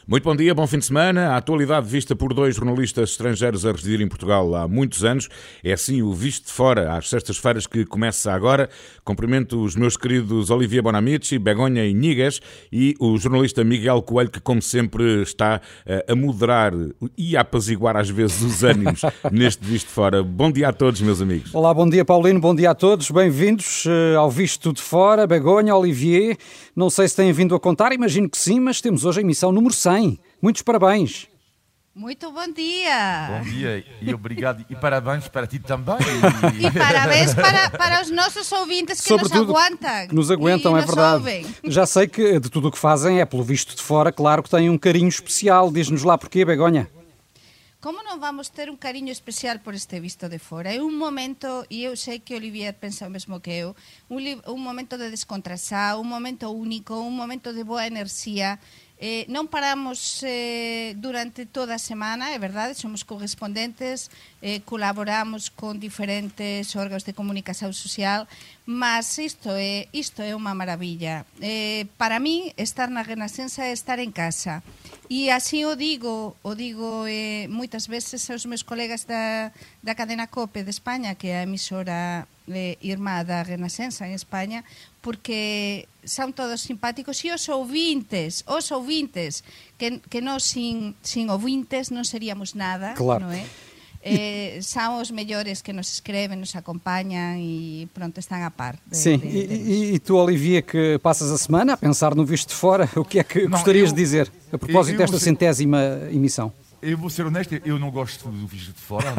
Muito bom dia, bom fim de semana. A atualidade vista por dois jornalistas estrangeiros a residir em Portugal há muitos anos. É assim o Visto de Fora, às sextas-feiras, que começa agora. Cumprimento os meus queridos Olivier Bonamici, Begonha Iniguez e o jornalista Miguel Coelho, que como sempre está a moderar e a apaziguar às vezes os ânimos neste Visto de Fora. Bom dia a todos, meus amigos. Olá, bom dia Paulino, bom dia a todos. Bem-vindos ao Visto de Fora. Begonha, Olivier, não sei se têm vindo a contar, imagino que sim, mas temos hoje a emissão número 100. Muitos parabéns. Muito bom dia. Bom dia e obrigado. E parabéns para ti também. E parabéns para os nossos ouvintes que Sobretudo, nos aguentam. Que nos aguentam, é verdade. Ouvem. Já sei que de tudo o que fazem é pelo Visto de Fora, claro que têm um carinho especial. Diz-nos lá porquê, Begonha. Como não vamos ter um carinho especial por este Visto de Fora? É um momento, e eu sei que Olivier pensa o mesmo que eu, um momento de descontração, um momento único, um momento de boa energia. Não paramos durante toda a semana, é verdade, somos correspondentes, colaboramos com diferentes órgãos de comunicação social, mas isto é uma maravilha. Para mim, estar na Renascença é estar em casa. E assim o digo muitas vezes aos meus colegas da cadena COPE de Espanha, que é a emissora irmã da Renascença em Espanha, porque são todos simpáticos, e os ouvintes que nós sin ouvintes não seríamos nada, claro. Não é? São os melhores que nos escrevem, nos acompanham e pronto, estão a par. Sim, e tu, Olivier, que passas a semana a pensar no Visto de Fora, o que é que gostarias de dizer a propósito desta centésima emissão? Eu vou ser honesto, eu não gosto do Visto de Fora.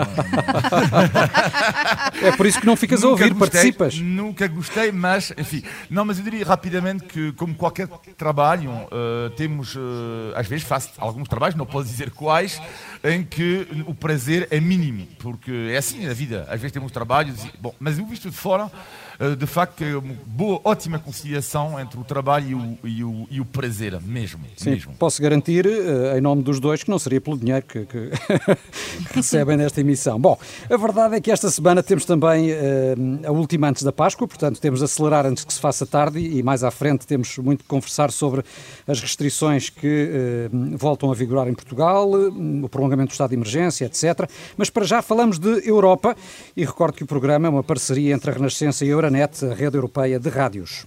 É por isso que não ficas a ouvir, participas. Nunca gostei, mas, enfim. Não, mas eu diria rapidamente que, como qualquer trabalho, temos, às vezes faço alguns trabalhos, não posso dizer quais, em que o prazer é mínimo, porque é assim a vida. Às vezes temos trabalhos, mas o Visto de Fora, de facto, é uma boa, ótima conciliação entre o trabalho e o prazer mesmo. Sim, mesmo. Posso garantir, em nome dos dois, que não seria pelo dinheiro que recebem nesta emissão. Bom, a verdade é que esta semana temos também a última antes da Páscoa, portanto temos de acelerar antes que se faça tarde e mais à frente temos muito que conversar sobre as restrições que voltam a vigorar em Portugal, o prolongamento do estado de emergência, etc. Mas para já falamos de Europa e recordo que o programa é uma parceria entre a Renascença e a Euronet, a rede europeia de rádios.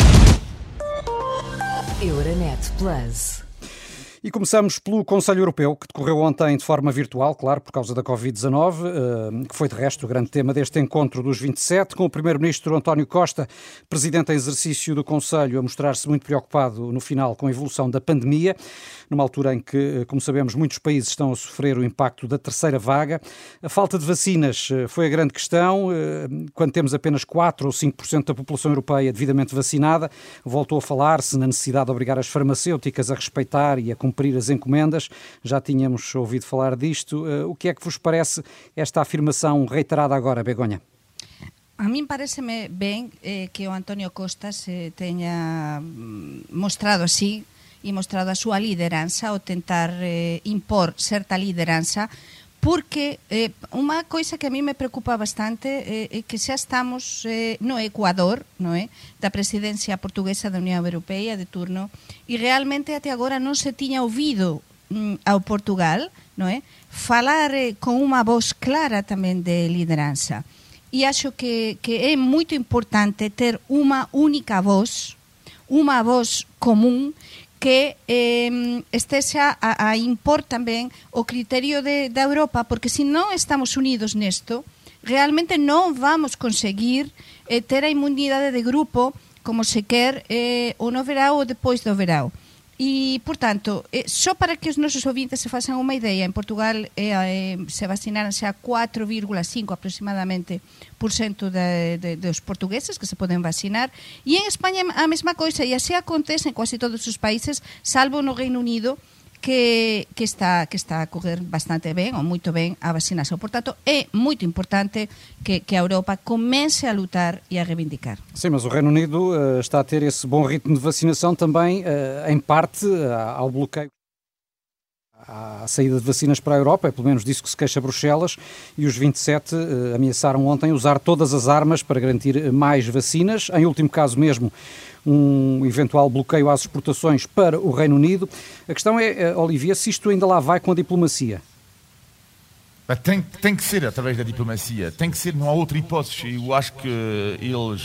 Euronet Plus. E começamos pelo Conselho Europeu, que decorreu ontem de forma virtual, claro, por causa da Covid-19, que foi de resto o grande tema deste encontro dos 27, com o Primeiro-Ministro António Costa, Presidente em exercício do Conselho, a mostrar-se muito preocupado no final com a evolução da pandemia, numa altura em que, como sabemos, muitos países estão a sofrer o impacto da terceira vaga. A falta de vacinas foi a grande questão, quando temos apenas 4 ou 5% da população europeia devidamente vacinada. Voltou a falar-se na necessidade de obrigar as farmacêuticas a respeitar e a cumprir as encomendas. Já tínhamos ouvido falar disto. O que é que vos parece esta afirmação reiterada agora, Begonha? A mim parece-me bem que o António Costa se tenha mostrado assim e mostrado a súa liderança ao tentar impor certa liderança, porque unha coisa que a mí me preocupa bastante é que xa estamos no Ecuador, non é, da presidencia portuguesa da Unión Europea de turno, e realmente até agora non se tiña ouvido ao Portugal, non é, falar con unha voz clara tamén de lideranza. E acho que é moito importante ter unha única voz, unha voz común, que esteja a impor tamén o criterio da Europa, porque se non estamos unidos nesto, realmente non vamos conseguir ter a inmunidade de grupo como se quer ou no verão ou depois do verão. E, portanto, só para que os nosos ouvintes se façam uma ideia, em Portugal se vacinaram xa 4,5 aproximadamente por cento dos portugueses que se podem vacinar, e em Espanha a mesma coisa, e assim acontece em quase todos os países, salvo no Reino Unido, que está a correr bastante ben, ou moito ben, a vacinación. Portanto, é moito importante que a Europa comece a lutar e a reivindicar. Sim, mas o Reino Unido está a ter esse bom ritmo de vacinação também, em parte, ao bloqueio à saída de vacinas para a Europa, é pelo menos disso que se queixa Bruxelas, e os 27 ameaçaram ontem usar todas as armas para garantir mais vacinas. Em último caso mesmo, um eventual bloqueio às exportações para o Reino Unido. A questão é, Olivia, se isto ainda lá vai com a diplomacia. Tem que ser através da diplomacia, tem que ser, não há outra hipótese. Eu acho que eles,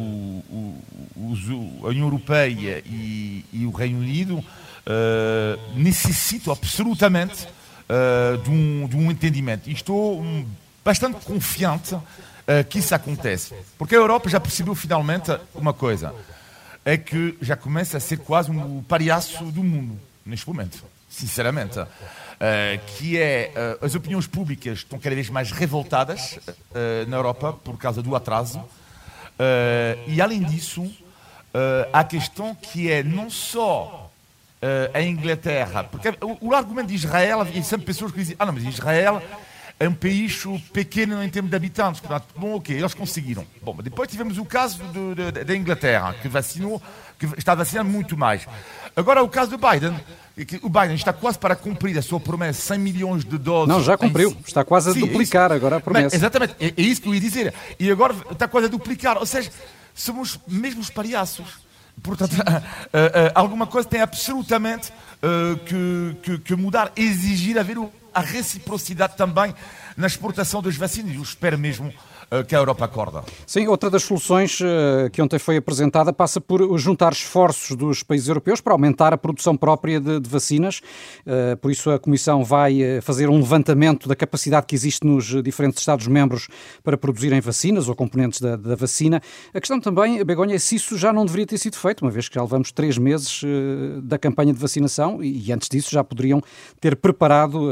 a União Europeia e o Reino Unido, necessitam absolutamente de um entendimento. E estou bastante confiante que isso acontece. Porque a Europa já percebeu finalmente uma coisa, é que já começa a ser quase um palhaço do mundo, neste momento, sinceramente. Que é, as opiniões públicas estão cada vez mais revoltadas na Europa por causa do atraso. E, além disso, há a questão que é não só a Inglaterra, porque o argumento de Israel, havia sempre pessoas que dizem, não, mas Israel é um país pequeno em termos de habitantes, portanto, bom, ok, eles conseguiram. Bom, mas depois tivemos o caso da Inglaterra, que está vacinando muito mais. Agora, o caso do Biden, que o Biden está quase para cumprir a sua promessa, 100 milhões de doses. Não, já cumpriu, está quase a duplicar agora a promessa. Mas, exatamente, é isso que eu ia dizer. E agora está quase a duplicar, ou seja, somos mesmo os palhaços. Portanto, alguma coisa tem absolutamente que mudar, exigir haver a reciprocidade também na exportação das vacinas. Eu espero mesmo que a Europa acorda. Sim, outra das soluções que ontem foi apresentada passa por juntar esforços dos países europeus para aumentar a produção própria de vacinas. Por isso a Comissão vai fazer um levantamento da capacidade que existe nos diferentes Estados-membros para produzirem vacinas ou componentes da vacina. A questão também, Begonha, é se isso já não deveria ter sido feito, uma vez que já levamos 3 meses da campanha de vacinação e antes disso já poderiam ter preparado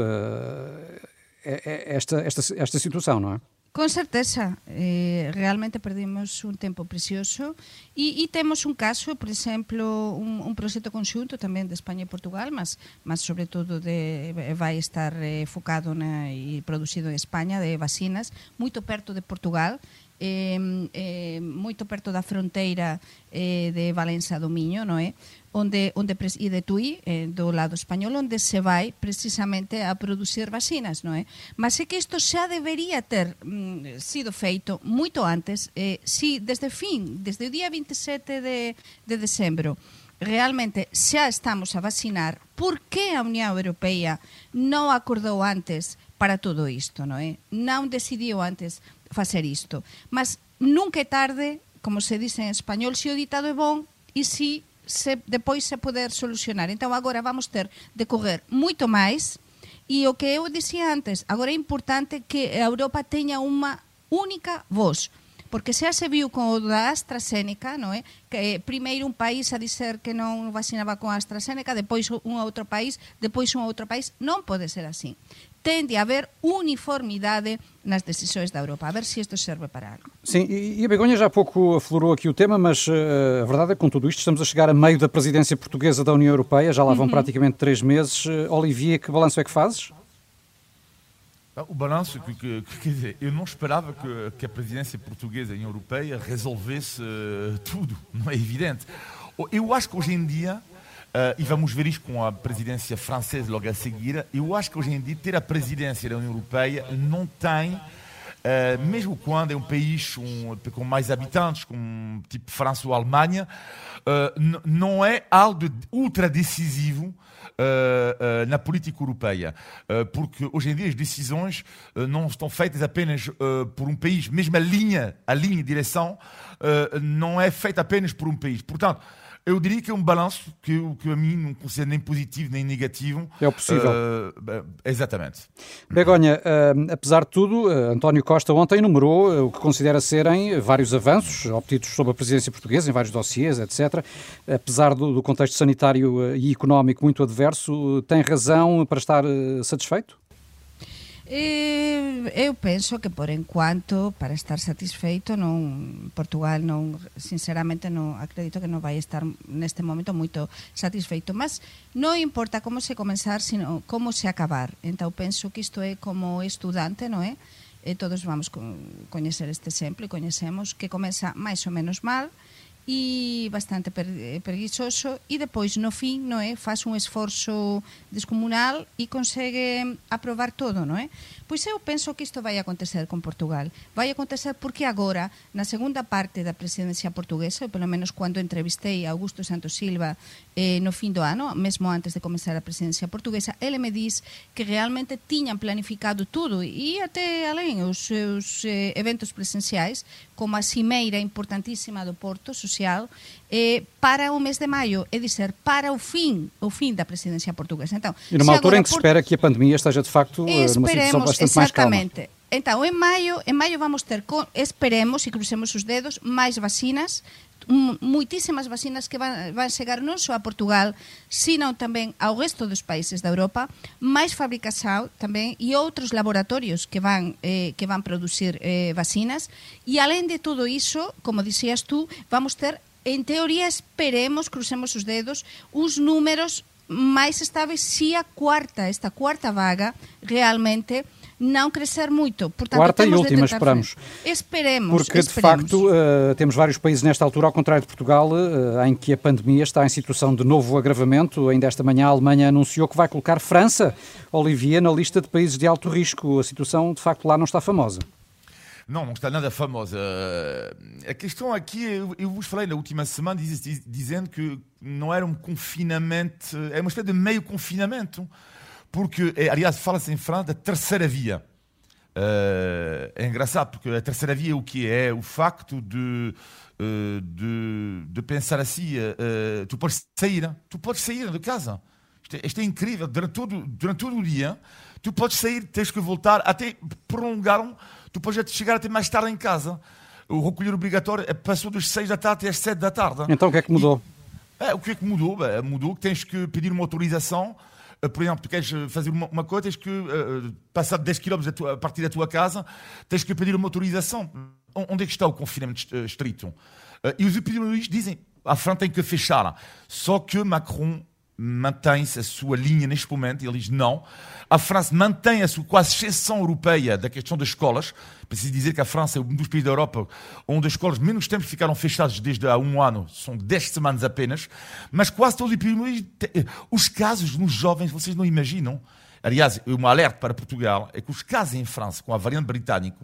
esta situação, não é? Con certeza, realmente perdimos un tempo precioso e temos un caso, por exemplo, un proxecto conxunto tamén de España e Portugal, mas sobre todo vai estar focado e producido en España de vacinas, moito perto de Portugal, moito perto da fronteira de Valença do Miño, non é? E de Tui, do lado español, onde se vai precisamente a producir vacinas, non é? Mas é que isto xa debería ter sido feito moito antes, si desde o día 27 de decembro, realmente xa estamos a vacinar, por que a Unión Europea non acordou antes para todo isto, non é? Non decidiu antes facer isto. Mas nunca é tarde, como se dice en español, se o ditado é bon e se depois se poder solucionar. Então agora vamos ter de correr moito máis e o que eu dizia antes, agora é importante que a Europa teña unha única voz, porque xa se viu con o da AstraZeneca, non é? Que primeiro un país a dizer que non vacinaba con a AstraZeneca, depois un outro país, non pode ser así. Tem de haver uniformidade nas decisões da Europa. A ver se isto serve para algo. Sim, e a Begonha já há pouco aflorou aqui o tema, mas a verdade é que com tudo isto estamos a chegar a meio da presidência portuguesa da União Europeia, já lá vão praticamente 3 meses. Olivia, que balanço é que fazes? O balanço, quer dizer, eu não esperava que a presidência portuguesa da União Europeia resolvesse tudo, não é evidente. Eu acho que hoje em dia, e vamos ver isto com a presidência francesa logo a seguir, eu acho que hoje em dia ter a presidência da União Europeia não tem, mesmo quando é um país com mais habitantes, como tipo França ou Alemanha, não é algo de ultra decisivo na política europeia, porque hoje em dia as decisões não estão feitas apenas por um país, mesmo a linha de direção não é feita apenas por um país. Portanto, eu diria que é um balanço que a mim não considero nem positivo nem negativo. É o possível. Exatamente. Begonha, apesar de tudo, António Costa ontem enumerou o que considera serem vários avanços obtidos sob a presidência portuguesa, em vários dossiês, etc. Apesar do contexto sanitário e económico muito adverso, tem razão para estar satisfeito? Eu penso que por enquanto para estar satisfeito Portugal sinceramente acredito que non vai estar neste momento moito satisfeito, mas non importa como se comenzar, sino como se acabar. Então penso que isto é como estudante, non é? E todos vamos coñecer este exemplo e coñecemos que comeza máis ou menos mal e bastante preguiçoso, e depois no fim, non é, faz un esforzo descomunal e consegue aprobar todo, non é? Pois eu penso que isto vai acontecer con Portugal. Vai acontecer porque agora, na segunda parte da presidencia portuguesa, pelo menos cando entrevistei a Augusto Santos Silva no fin do ano, mesmo antes de comenzar a presidencia portuguesa, ele me diz que realmente tiñan planificado tudo e até alén os seus eventos presenciais, como a cimeira importantísima do Porto Social, para o mês de maio, é dizer, para o fim da presidencia portuguesa. Então, e numa altura em que se espera que a pandemia esteja de facto numa situação bastante mais calma. Exatamente. Então, em maio vamos ter, esperemos e crucemos os dedos, máis vacinas, muitísimas vacinas que van chegar non só a Portugal, sino tamén ao resto dos países da Europa, máis fabricação tamén e outros laboratorios que van producir vacinas, e além de tudo iso, como dixías tú, vamos ter, en teoría, esperemos, crucemos os dedos, os números máis estáveis se esta quarta vaga realmente não crescer muito. Portanto, quarta e última, esperamos. Esperemos. Porque, de facto, temos vários países nesta altura, ao contrário de Portugal, em que a pandemia está em situação de novo agravamento. Ainda esta manhã a Alemanha anunciou que vai colocar França, Olivier, na lista de países de alto risco. A situação, de facto, lá não está famosa. Não está nada famosa. A questão aqui, eu vos falei na última semana, dizendo que não era um confinamento, é uma espécie de meio confinamento. Porque, aliás, fala-se em França da terceira via. É engraçado, porque a terceira via o que é? O facto de pensar assim, tu podes sair de casa. Isto é incrível. Durante todo o dia, tu podes sair, tens que voltar, até prolongaram, tu podes chegar até mais tarde em casa. O recolher obrigatório passou das 6 da tarde às 7 da tarde. Então o que é que mudou? O que é que mudou? Mudou que tens que pedir uma autorização. Por exemplo, tu queres fazer uma coisa, tens que passar 10 km a partir da tua casa, tens que pedir uma autorização. Onde é que está o confinamento estrito? E os epidemiologistas dizem que a França tem que fechar. Só que Macron mantém-se a sua linha neste momento, ele diz não. A França mantém a sua quase exceção europeia da questão das escolas. Preciso dizer que a França é um dos países da Europa onde as escolas menos tempo ficaram fechadas desde há um ano, são 10 semanas apenas, mas quase todos os casos nos jovens, vocês não imaginam. Aliás, um alerta para Portugal é que os casos em França, com a variante britânica,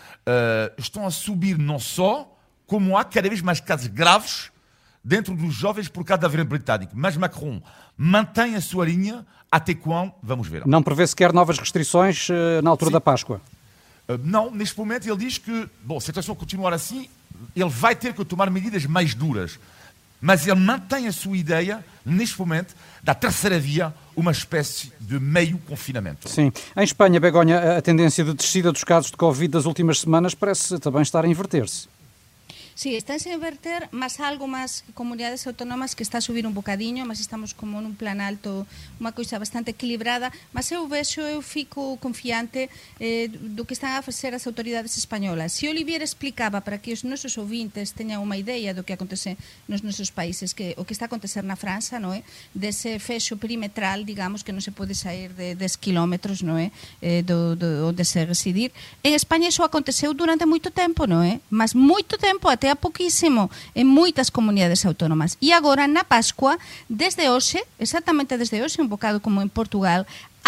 estão a subir não só, como há cada vez mais casos graves dentro dos jovens por causa da variante britânica. Mas Macron mantém a sua linha até quando? Vamos ver. Não prevê sequer novas restrições na altura da Páscoa? Não, neste momento ele diz que, se a situação continuar assim, ele vai ter que tomar medidas mais duras. Mas ele mantém a sua ideia, neste momento, da terceira via, uma espécie de meio confinamento. Sim. Em Espanha, Begonha, a tendência de descida dos casos de Covid das últimas semanas parece também estar a inverter-se. Sí, están a inverter, mas algo máis comunidades autónomas que está a subir un bocadiño, mas estamos como nun plan alto, unha coisa bastante equilibrada, mas eu fico confiante do que están a facer as autoridades españolas. Se Olivier explicaba para que os nosos ouvintes teñan unha idea do que acontece nos nosos países, que o que está a acontecer na França, non é? Dese fexo perimetral, digamos, que non se pode sair de 10 kilómetros, non é? Onde se residir. En España iso aconteceu durante moito tempo, non é? Mas moito tempo, até a pouquísimo en moitas comunidades autónomas. E agora, na Pascua, desde hoxe, exactamente desde hoxe, un bocado como en Portugal,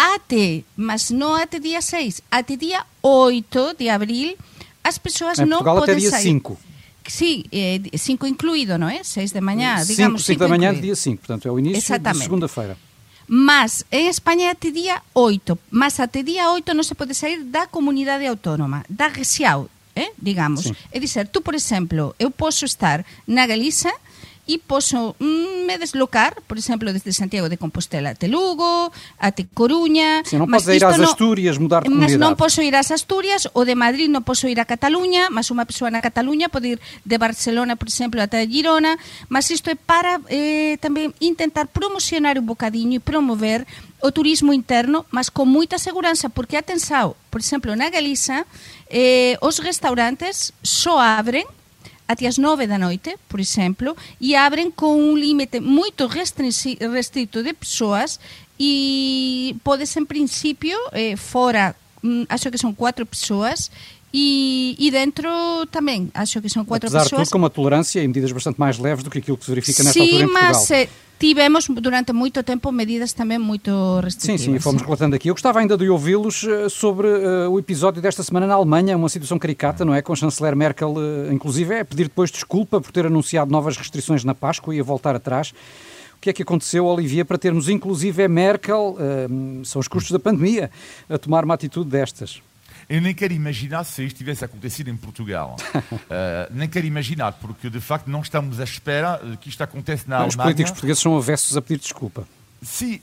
mas non até día 6, até día 8 de abril, as persoas non poden sair. Em Portugal até dia 5. Sí, 5 incluído, non é? 6 de mañá, digamos. 5 da manhã, dia 5, portanto, é o início de segunda-feira. Mas en España até día 8, mas até día 8 non se pode sair da comunidade autónoma, da rexião, digamos. Sí. É dizer, tú, por exemplo, eu posso estar na Galiza e posso me deslocar, por exemplo, desde Santiago de Compostela até Lugo, até Coruña. Sim, não podes ir às Astúrias, mudar de comunidade. Mas non posso ir ás Astúrias, ou de Madrid non posso ir a Cataluña, mas unha persoa na Cataluña pode ir de Barcelona, por exemplo, até Girona, mas isto é para tamén intentar promocionar un bocadiño e promover o turismo interno, mas con moita seguranza, porque atenção, por exemplo, na Galiza, os restaurantes só abren até as 9 da noite, por exemplo, e abrem com um limite muito restrito de pessoas e pode-se, em princípio, fora, acho que são 4 pessoas, E dentro também, acho que são 4 Apesar pessoas. de tudo, com uma tolerância e medidas bastante mais leves do que aquilo que se verifica nesta altura em Portugal. Sim, mas tivemos durante muito tempo medidas também muito restritivas. Sim, fomos relatando aqui. Eu gostava ainda de ouvi-los sobre o episódio desta semana na Alemanha, uma situação caricata, não é? Com a chanceler Merkel, inclusive, a pedir depois desculpa por ter anunciado novas restrições na Páscoa e a voltar atrás. O que é que aconteceu, Olivia, para termos inclusive a Merkel, são os custos da pandemia, a tomar uma atitude destas? Eu nem quero imaginar se isto tivesse acontecido em Portugal. Nem quero imaginar, porque de facto não estamos à espera que isto aconteça na Alemanha. Os políticos portugueses são avessos a pedir desculpa. Sim,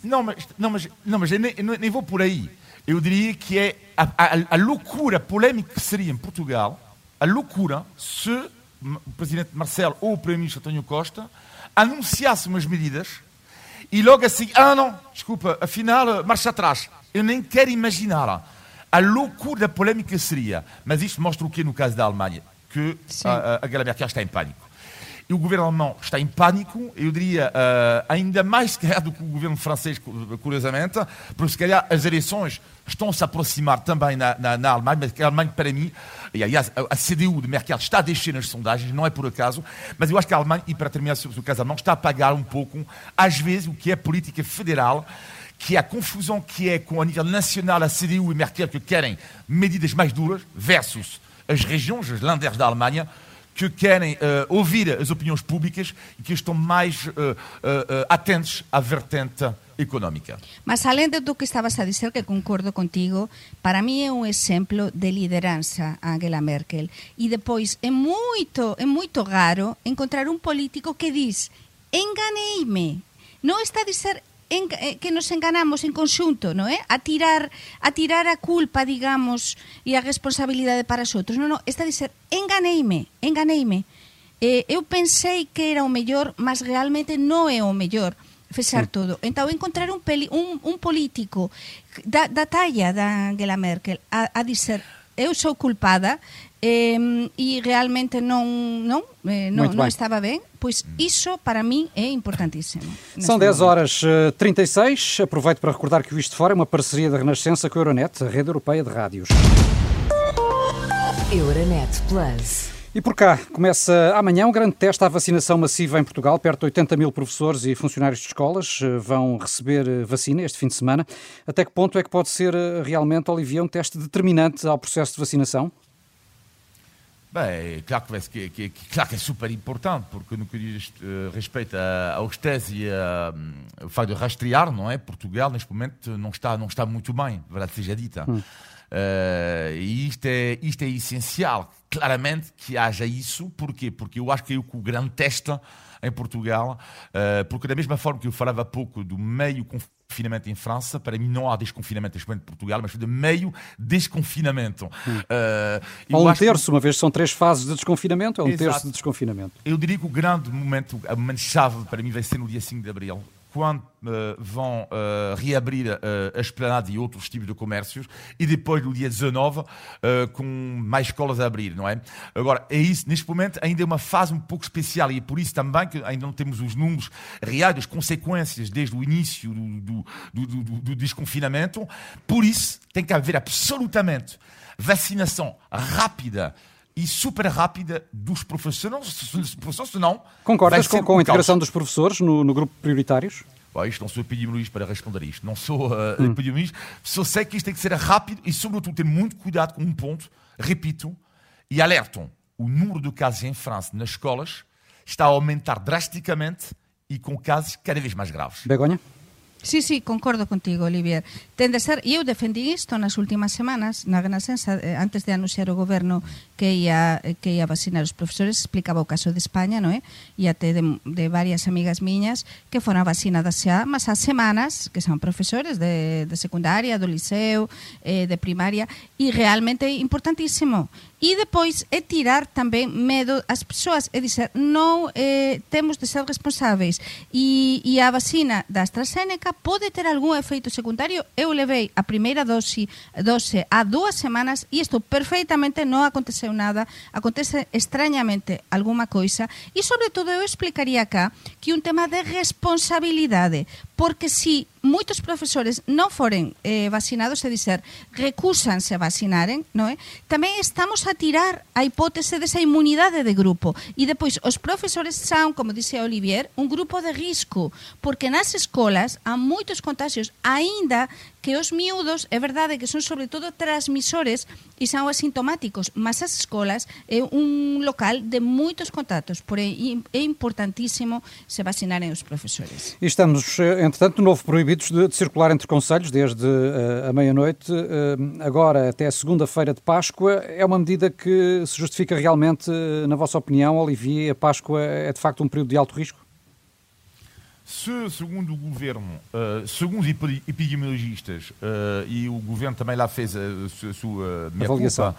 mas eu nem vou por aí. Eu diria que é a loucura polémica que seria em Portugal, a loucura se o presidente Marcelo ou o primeiro-ministro António Costa anunciassem umas medidas e logo assim, não, desculpa, afinal, marcha atrás. Eu nem quero imaginar a loucura da polémica seria. Mas isto mostra o quê no caso da Alemanha? Que a Angela Merkel está em pânico. E o governo alemão está em pânico, eu diria, ainda mais se calhar do que o governo francês, curiosamente, porque se calhar as eleições estão a se aproximar também na Alemanha, mas a Alemanha, para mim, e aliás, a CDU de Merkel está a descer nas sondagens, não é por acaso, mas eu acho que a Alemanha, e para terminar sobre o caso alemão, está a pagar um pouco, às vezes, o que é política federal, que é a confusão que é com a nível nacional a CDU e Merkel que querem medidas mais duras versus as regiões, os Länder da Alemanha, que querem ouvir as opiniões públicas e que estão mais atentos à vertente económica. Mas além do que estavas a dizer, que concordo contigo, para mí é un exemplo de liderança Angela Merkel. E depois é muito raro encontrar un político que diz enganeime. Non está a dizer que nos enganamos en conxunto, non é? A tirar a culpa, digamos, e a responsabilidade para os outros. Non, está a dizer enganeime. Eu pensei que era o mellor, mas realmente non é o mellor fechar todo. Então, encontrar un político da talla da Angela Merkel a dizer eu sou culpada e realmente não estava bem, pois isso para mim é importantíssimo. São 10h36. Aproveito para recordar que o Isto Fora é uma parceria da Renascença com a Euronet, a rede europeia de rádios. Euronet Plus. E por cá, começa amanhã um grande teste à vacinação massiva em Portugal. Perto de 80 mil professores e funcionários de escolas vão receber vacina este fim de semana. Até que ponto é que pode ser realmente, Olivia, um teste determinante ao processo de vacinação? Bem, claro que é super importante, porque no que diz respeito aos testes e ao facto de rastrear, não é? Portugal, neste momento, não está muito bem, verdade seja dita. E isto é essencial, claramente, que haja isso. Porquê? Porque eu acho que é o grande teste em Portugal, porque da mesma forma que eu falava há pouco do meio confinamento em França, para mim não há desconfinamento neste momento em Portugal, mas de meio desconfinamento. Ou um terço, uma vez são 3 fases de desconfinamento, é um terço de desconfinamento. Eu diria que o grande momento, a momento-chave para mim vai ser no dia 5 de abril, quando vão reabrir a Esplanade e outros tipos de comércios, e depois no dia 19 com mais escolas a abrir, não é? Agora, é isso, neste momento ainda é uma fase um pouco especial, e é por isso também que ainda não temos os números reais das consequências desde o início do desconfinamento. Por isso tem que haver absolutamente vacinação rápida e super rápida dos professores, senão... Concordas com a integração dos professores no grupo prioritários? Isto não sou epidemiologista para responder isto. Não sou epidemiologista. Só sei que isto tem que ser rápido e, sobretudo, ter muito cuidado com um ponto. Repito, e alertam. O número de casos em França nas escolas está a aumentar drasticamente e com casos cada vez mais graves. Begonha? Sí, concordo contigo, Olivier. Ten de ser, e eu defendí isto nas últimas semanas na Renascença, antes de anunciar o goberno que ia vacinar os profesores, explicaba o caso de España, non é? E até de varias amigas miñas que foran vacinadas xa, mas há semanas, que son profesores de secundaria, do liceo, de primaria, e realmente é importantísimo. E depois é tirar tamén medo ás persoas, é dizer, non temos de ser responsáveis, e a vacina da AstraZeneca pode ter algún efeito secundario. Eu levei a primeira dose há 2 semanas e isto perfeitamente non aconteceu nada, acontece extrañamente alguma coisa, e sobre todo eu explicaría acá que un tema de responsabilidade, porque se moitos profesores non foren vacinados, é dizer, recúsanse a vacinaren, non é? Tamén estamos a tirar a hipótese desa inmunidade de grupo. E depois, os profesores son, como dixe Olivier, un grupo de risco, porque nas escolas há moitos contagios, aínda que os miúdos, é verdade que son sobre todo transmisores e son asintomáticos, mas as escolas é un local de moitos contactos, porém é importantíssimo se vacinarem os professores. E estamos, entretanto, de novo proibidos de circular entre concelhos desde a meia-noite, agora até a segunda-feira de Páscoa. É uma medida que se justifica realmente, na vossa opinião, Olivier? A Páscoa é de facto um período de alto risco? Se, segundo o governo, segundo os epidemiologistas, e o governo também lá fez a sua avaliação,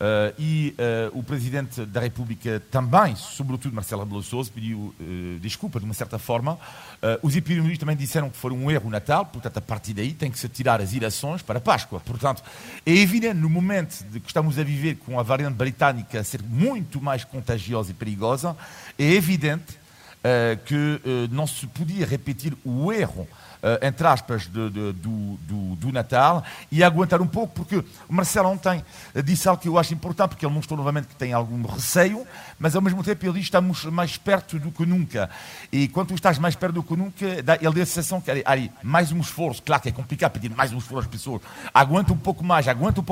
e o Presidente da República também, sobretudo Marcelo Rebelo de Sousa, pediu desculpa de uma certa forma, os epidemiologistas também disseram que foi um erro o Natal, portanto a partir daí tem que se tirar as ilações para a Páscoa. Portanto, é evidente no momento de que estamos a viver com a variante britânica a ser muito mais contagiosa e perigosa, é evidente que não se podia repetir o erro, entre aspas, do Natal e aguentar um pouco, porque o Marcelo ontem disse algo que eu acho importante, porque ele mostrou novamente que tem algum receio, mas ao mesmo tempo ele diz que estamos mais perto do que nunca. E quando tu estás mais perto do que nunca, ele dá a sensação que aí, mais um esforço, claro que é complicado pedir mais um esforço às pessoas, aguenta um pouco mais,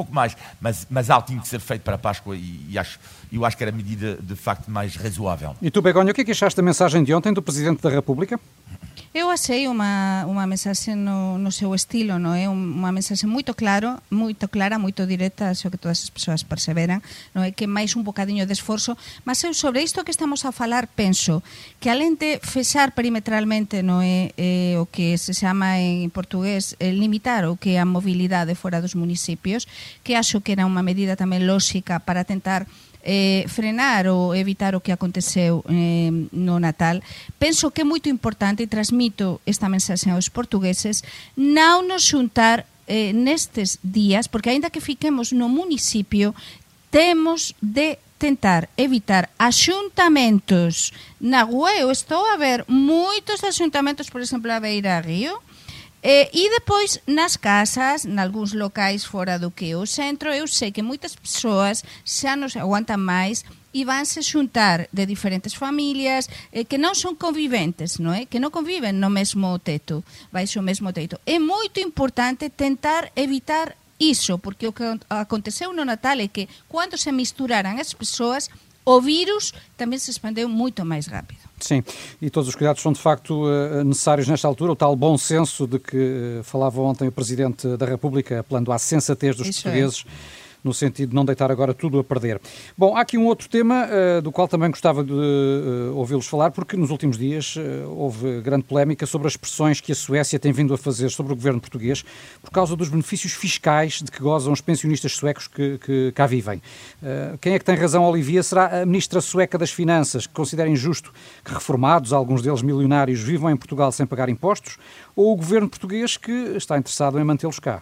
mas algo tinha que ser feito para a Páscoa e eu acho que era a medida de facto mais razoável. E tu, Begonha, o que é que achaste da mensagem de ontem do Presidente da República? Eu achei uma mensaxe no seu estilo, non é? Unha mensaxe moito clara, moito directa, xo que todas as persoas perseveran, non é? Que máis un bocadiño de esforzo, mas eu sobre isto que estamos a falar penso que alén de fechar perimetralmente, non é, o que se chama en portugués limitar o que é a mobilidade fora dos municipios, que acho que era unha medida tamén lóxica para tentar frenar ou evitar o que aconteceu no Natal. Penso que é moito importante e transmito esta mensaxe aos portugueses non nos xuntar nestes días, porque aínda que fiquemos no municipio temos de tentar evitar axuntamentos na rúa. Eu estou a ver moitos axuntamentos, por exemplo, a Beira Río, e depois nas casas, nalgúns locais fora do que é o centro, eu sei que moitas persoas xa nos aguantan máis e vanse xuntar de diferentes familias que non son conviventes, non é? Que non conviven no mesmo teto, baixo o mesmo teto. É moito importante tentar evitar iso, porque o que aconteceu no Natal é que cando se misturaran as persoas, o vírus também se expandeu muito mais rápido. Sim, e todos os cuidados são de facto necessários nesta altura. O tal bom senso de que falava ontem o Presidente da República, apelando à sensatez dos portugueses, no sentido de não deitar agora tudo a perder. Bom, há aqui um outro tema do qual também gostava de ouvi-los falar, porque nos últimos dias houve grande polémica sobre as pressões que a Suécia tem vindo a fazer sobre o governo português por causa dos benefícios fiscais de que gozam os pensionistas suecos que cá vivem. Quem é que tem razão, Olivia? Será a Ministra Sueca das Finanças, que considera injusto que reformados, alguns deles milionários, vivam em Portugal sem pagar impostos, ou o governo português que está interessado em mantê-los cá?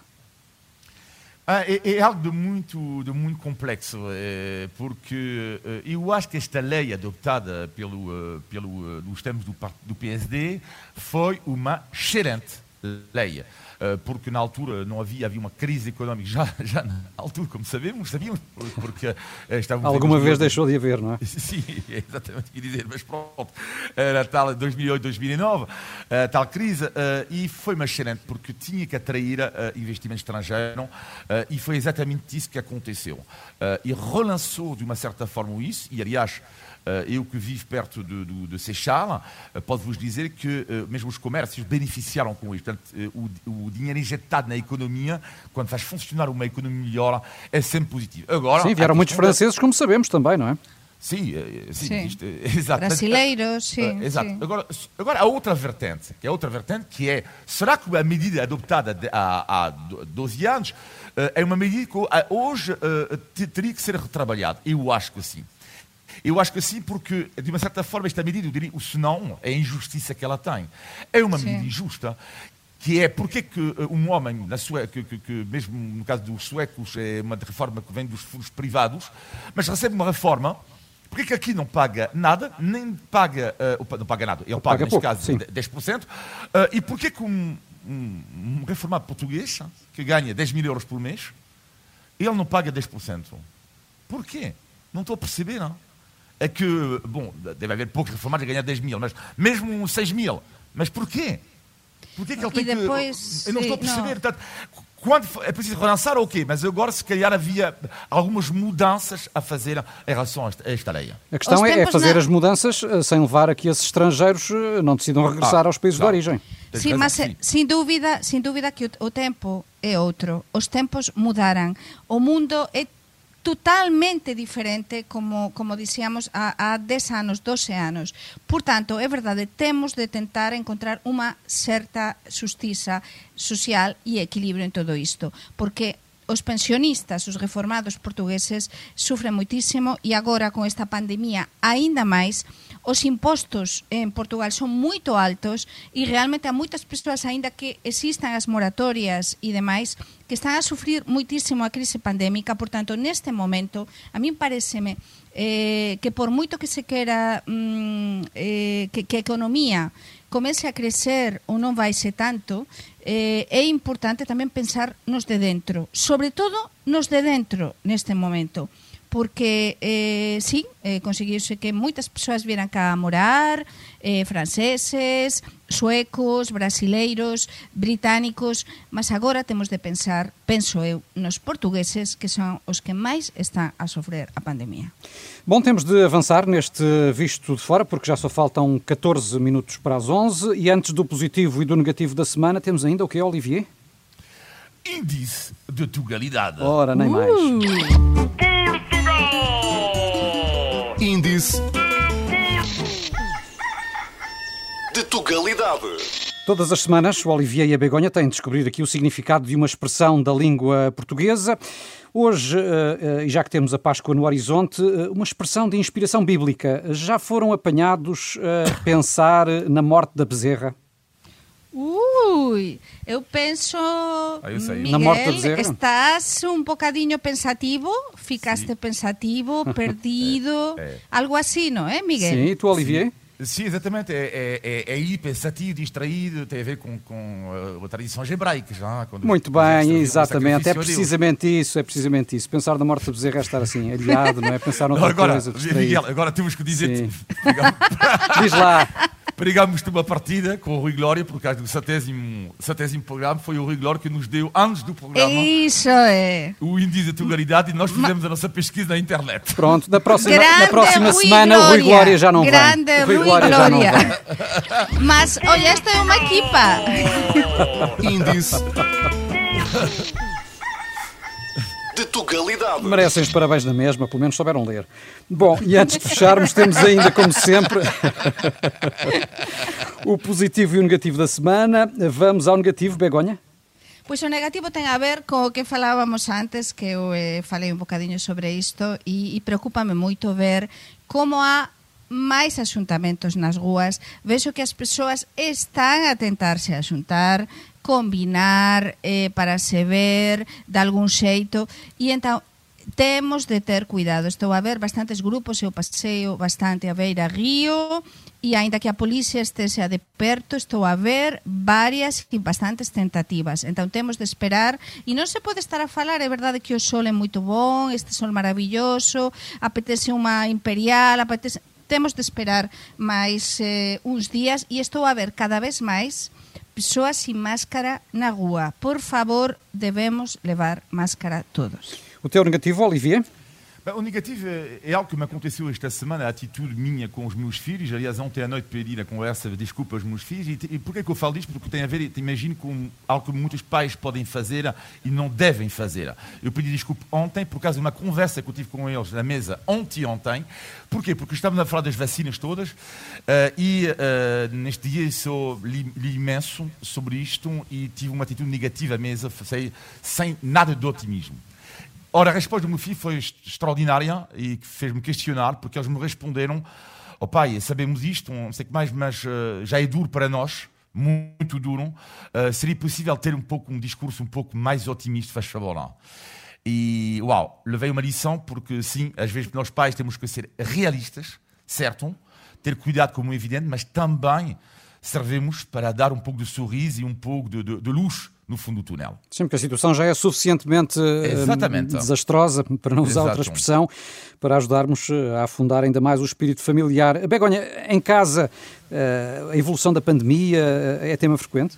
É algo de muito complexo, porque eu acho que esta lei adoptada nos tempos do PSD foi uma excelente lei, porque na altura não havia uma crise económica, já na altura, como sabíamos, porque estávamos... Alguma vez deixou de haver, não é? Sim, é exatamente o que ia dizer, mas pronto, era tal 2008, 2009, tal crise, e foi uma excelente, porque tinha que atrair investimento estrangeiro, e foi exatamente isso que aconteceu. E relançou de uma certa forma isso, e aliás, eu que vivo perto de Seixal, posso-vos dizer que mesmo os comércios beneficiaram com isto. Portanto, o dinheiro injetado na economia, quando faz funcionar uma economia melhor, é sempre positivo. Agora, sim, vieram muitos franceses, como sabemos também, não é? Sim. Exato. Brasileiros, sim. Exato. Sim. Agora, a outra vertente, que é, será que a medida adotada há 12 anos é uma medida que hoje teria que ser retrabalhada? Eu acho que sim. Eu acho que sim, porque, de uma certa forma, esta medida, eu diria, o senão, é a injustiça que ela tem. É uma medida injusta, que é porque que um homem, na Suécia, que mesmo no caso dos suecos, é uma reforma que vem dos fundos privados, mas recebe uma reforma Porquê que aqui não paga nada, nem paga... não paga nada, ele paga, neste caso, sim. 10%. E porquê que um reformado português, que ganha 10 mil euros por mês, ele não paga 10%? Porquê? Não estou a perceber, não? É que, bom, deve haver poucos reformados a ganhar 10 mil, mas mesmo 6 mil. Mas porquê? Porquê que ele tem depois, que... Eu não estou a perceber. Portanto, quando é preciso relançar, ok, mas agora se calhar havia algumas mudanças a fazer em relação a esta lei. A questão é fazer as mudanças sem levar a que esses estrangeiros não decidam regressar aos países de origem. Sim, mas sem dúvida que o tempo é outro. Os tempos mudaram. O mundo é totalmente diferente, como dixíamos, há 10 anos, 12 anos. Portanto, é verdade, temos de tentar encontrar unha certa xustiza social e equilibrio en todo isto, porque os pensionistas, os reformados portugueses, sufren moitísimo e agora, con esta pandemia, aínda máis. Os impostos en Portugal son moito altos e realmente há moitas persoas, aínda que existan as moratorias e demais, que están a sufrir moitísimo a crise pandémica. Portanto, neste momento, a min pareceme que por moito que se quera que a economía comece a crecer ou non vai ser tanto, é importante tamén pensar nos de dentro, sobre todo nos de dentro neste momento. Porque, sí, conseguiuse que moitas persoas vieran cá a morar, franceses, suecos, brasileiros, británicos, mas agora temos de pensar, penso eu, nos portugueses, que son os que máis están a sofrer a pandemia. Bom, temos de avançar neste Visto de Fora, porque já só faltam 14 minutos para as 11, e antes do positivo e do negativo da semana, temos ainda o quê, Olivier? Índice de Tugalidade. Ora, nem mais. Índice de Tugalidade. Todas as semanas, o Olivier e a Begonha têm de descobrir aqui o significado de uma expressão da língua portuguesa. Hoje, e já que temos a Páscoa no horizonte, uma expressão de inspiração bíblica. Já foram apanhados a pensar na morte da bezerra? Eu penso, Miguel, na morte da bezerra? Estás um bocadinho pensativo, ficaste pensativo, perdido, algo assim, não é, Miguel? Sim, e tu, Olivier? Sim, exatamente. É aí pensativo, distraído, tem a ver com a tradição hebraica. Já, muito bem, exatamente. É precisamente isso. Pensar na morte da bezerra é estar assim, aliado, não é? Pensar noutra coisa, distraído. Miguel, agora temos que dizer... Diz lá. Perigámos-te uma partida com o Rui Glória, por causa do 70º programa. Foi o Rui Glória que nos deu, antes do programa, isso é o índice de Tugalidade, e nós fizemos a nossa pesquisa na internet. Pronto, na próxima semana o Rui Glória já não vem. Rui Glória já não vem. Mas, olha, esta é uma equipa. Índice de Tugalidade. Merecem os parabéns na mesma, pelo menos souberam ler. Bom, e antes de fecharmos, temos ainda, como sempre, o positivo e o negativo da semana. Vamos ao negativo, Begonha? Pois o negativo ten a ver co que falábamos antes, que eu falei un bocadinho sobre isto, e preocúpame moito ver como há máis axuntamentos nas rúas. Vexo que as persoas están a tentarse a xuntar, combinar para se ver de algún xeito, e entón temos de ter cuidado. Estou a ver bastantes grupos, eu paseo bastante a Beira Río, e aínda que a policía estese de perto, estou a ver varias e bastantes tentativas. Entón temos de esperar, e non se pode estar a falar, é verdade que o sol é moito bon, este sol maravilloso, apetece unha imperial, temos de esperar máis uns días, e estou a ver cada vez máis persoas sin máscara na rúa. Por favor, debemos levar máscara todos. O teu negativo, Olivier? O negativo é algo que me aconteceu esta semana, a atitude minha com os meus filhos. Aliás, ontem à noite pedi na conversa desculpa aos meus filhos. E porquê que eu falo disto? Porque tem a ver, imagino, com algo que muitos pais podem fazer e não devem fazer. Eu pedi desculpa ontem por causa de uma conversa que eu tive com eles na mesa ontem. Porquê? Porque estávamos a falar das vacinas todas e neste dia eu li imenso sobre isto e tive uma atitude negativa à mesa, sem nada de otimismo. Ora, a resposta do meu filho foi extraordinária e fez-me questionar, porque eles me responderam: "Oh pai, sabemos isto, não sei o que mais, mas já é duro para nós, muito duro. Seria possível ter um discurso um pouco mais otimista, faz favor, não?" E, uau, levei uma lição, porque sim, às vezes nós pais temos que ser realistas, certo? Ter cuidado como é evidente, mas também servimos para dar um pouco de sorriso e um pouco de luz no fundo do túnel. Sim, porque a situação já é suficientemente desastrosa, para não usar outra expressão, para ajudarmos a afundar ainda mais o espírito familiar. Begonha, em casa, a evolução da pandemia é tema frequente?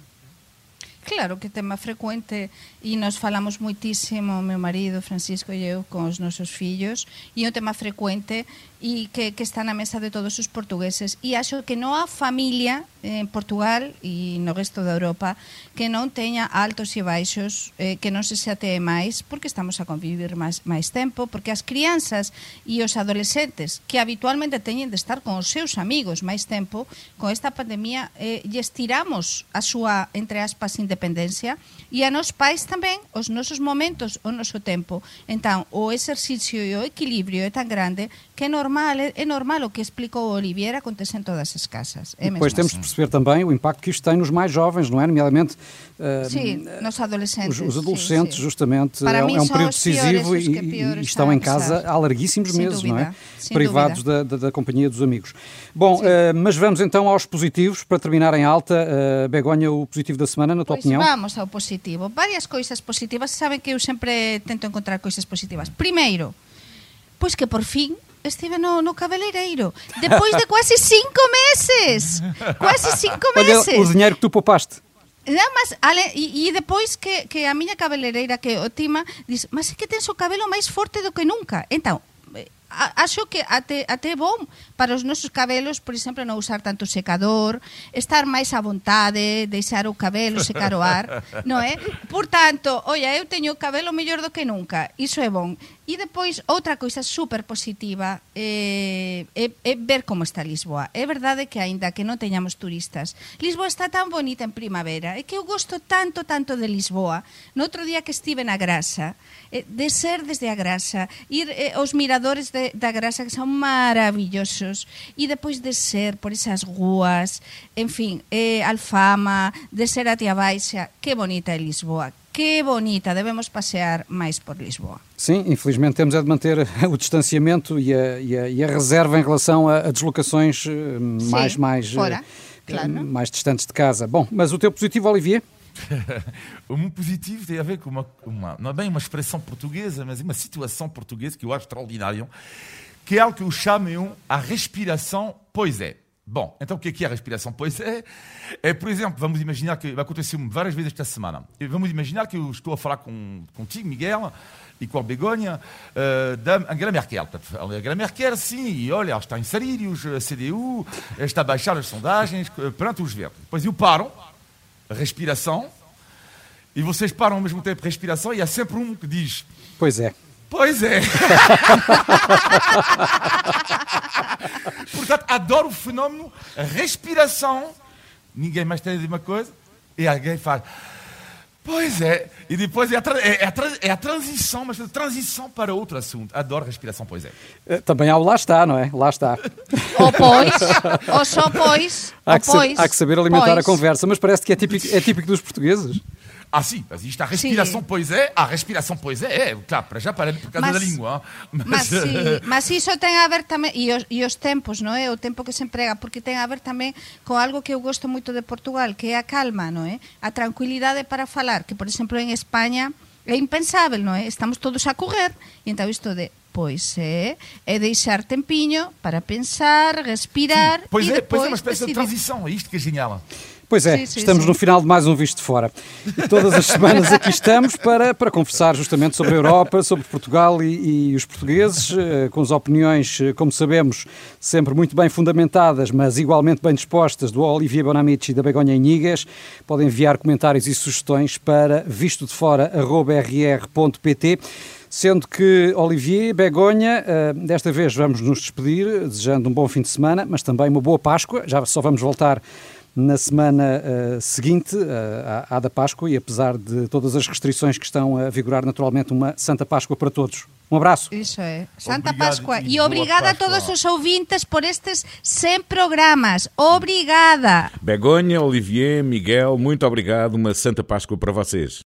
Claro que é tema frecuente e nós falamos muitísimo, meu marido Francisco e eu, com os nosos fillos, e é um tema frecuente e que está na mesa de todos os portugueses, e acho que non há familia en Portugal e no resto da Europa que non teña altos e baixos, que non se xatee máis, porque estamos a convivir máis tempo, porque as crianzas e os adolescentes que habitualmente teñen de estar con os seus amigos máis tempo, con esta pandemia lles tiramos a súa, entre aspas, independencia, e a nos pais tamén os nosos momentos, o noso tempo. Entón, o exercicio e o equilibrio é tan grande que é normal o que explicou o Olivier, acontece em todas as casas. Depois temos de perceber também o impacto que isto tem nos mais jovens, não é? Nomeadamente nos adolescentes. Os adolescentes, sim. justamente, Para é mim um são período os decisivo piores, e estão em casa há larguíssimos sem meses, dúvida, não é? sem Privados da companhia dos amigos. Bom, mas vamos então aos positivos, para terminar em alta. Begonha, o positivo da semana, na tua opinião? Vamos ao positivo. Várias coisas positivas. Sabem que eu sempre tento encontrar coisas positivas. Primeiro, pois que por fin estive no cabeleireiro. Depois de quase 5 meses. Quase 5 meses. Olha o dinheiro que tu poupaste. Não, mas, e depois que a miña cabeleireira, que é ótima, diz, mas é que tens o cabelo máis forte do que nunca. Então, acho que até é bom para os nosos cabelos, por exemplo, non usar tanto secador, estar máis à vontade, deixar o cabelo secar o ar, non é? Portanto, olha, eu teño o cabelo mellor do que nunca, iso é bom. E depois, outra coisa super positiva é ver como está Lisboa. É verdade que aínda que non teñamos turistas, Lisboa está tan bonita en primavera, é que eu gosto tanto de Lisboa. No outro día que estive na Grasa, de ser desde a Grasa, ir aos miradores da Grasa, que son maravillosos, e depois de ser por esas ruas, en fin, Alfama, de ser a Tía Baixa, que bonita é Lisboa. Que bonita, devemos passear máis por Lisboa. Sim, infelizmente temos de manter o distanciamento e a reserva em relação a deslocações mais distantes de casa. Bom, mas o teu positivo, Olivier? O meu positivo tem a ver com não é bem uma expressão portuguesa, mas uma situação portuguesa que eu acho extraordinária, que é algo que eu chamo a respiração poesia. Bom, então o que é a respiração poesia? Por exemplo, vamos imaginar que aconteceu várias vezes esta semana. Vamos imaginar que eu estou a falar contigo, Miguel, e com a Begonha, da Angela Merkel. A Angela Merkel, sim, e olha, ela está em sarilhos, a CDU, está a baixar as sondagens, perante os verdes. Depois eu paro, respiração, e vocês param ao mesmo tempo, respiração, e há sempre um que diz... Pois é. Pois é. Portanto, adoro o fenómeno respiração. Ninguém mais tem a dizer uma coisa e alguém faz pois é. E depois é a transição, mas a transição para outro assunto. Adoro respiração, pois é. Também há o lá está, não é? Lá está. Ou pois, ou só pois. Há que saber alimentar a conversa, mas parece que é típico dos portugueses. Sim, mas isto, a respiração pois é, claro, para já por causa da língua. Mas isso tem a ver também, e os tempos, não é? O tempo que se emprega, porque tem a ver também com algo que eu gosto muito de Portugal, que é a calma, não é? A tranquilidade para falar, que, por exemplo, em Espanha é impensável, não é? Estamos todos a correr, e então isto de pois é deixar tempinho para pensar, respirar. Sim, pois é uma espécie de transição, é isto que é genial. Pois é, estamos no final de mais um Visto de Fora. E todas as semanas aqui estamos para conversar justamente sobre a Europa, sobre Portugal e os portugueses, com as opiniões, como sabemos, sempre muito bem fundamentadas, mas igualmente bem dispostas, do Olivier Bonamici e da Begonha Inigues. Podem enviar comentários e sugestões para vistodefora@rr.pt. Sendo que, Olivier, Begonha, desta vez vamos nos despedir, desejando um bom fim de semana, mas também uma boa Páscoa. Já só vamos voltar na semana seguinte à da Páscoa e, apesar de todas as restrições que estão a vigorar, naturalmente, uma Santa Páscoa para todos. Um abraço. Isso é. Santa Páscoa. E obrigada a todos os ouvintes por estes 100 programas. Obrigada. Begonha, Olivier, Miguel, muito obrigado. Uma Santa Páscoa para vocês.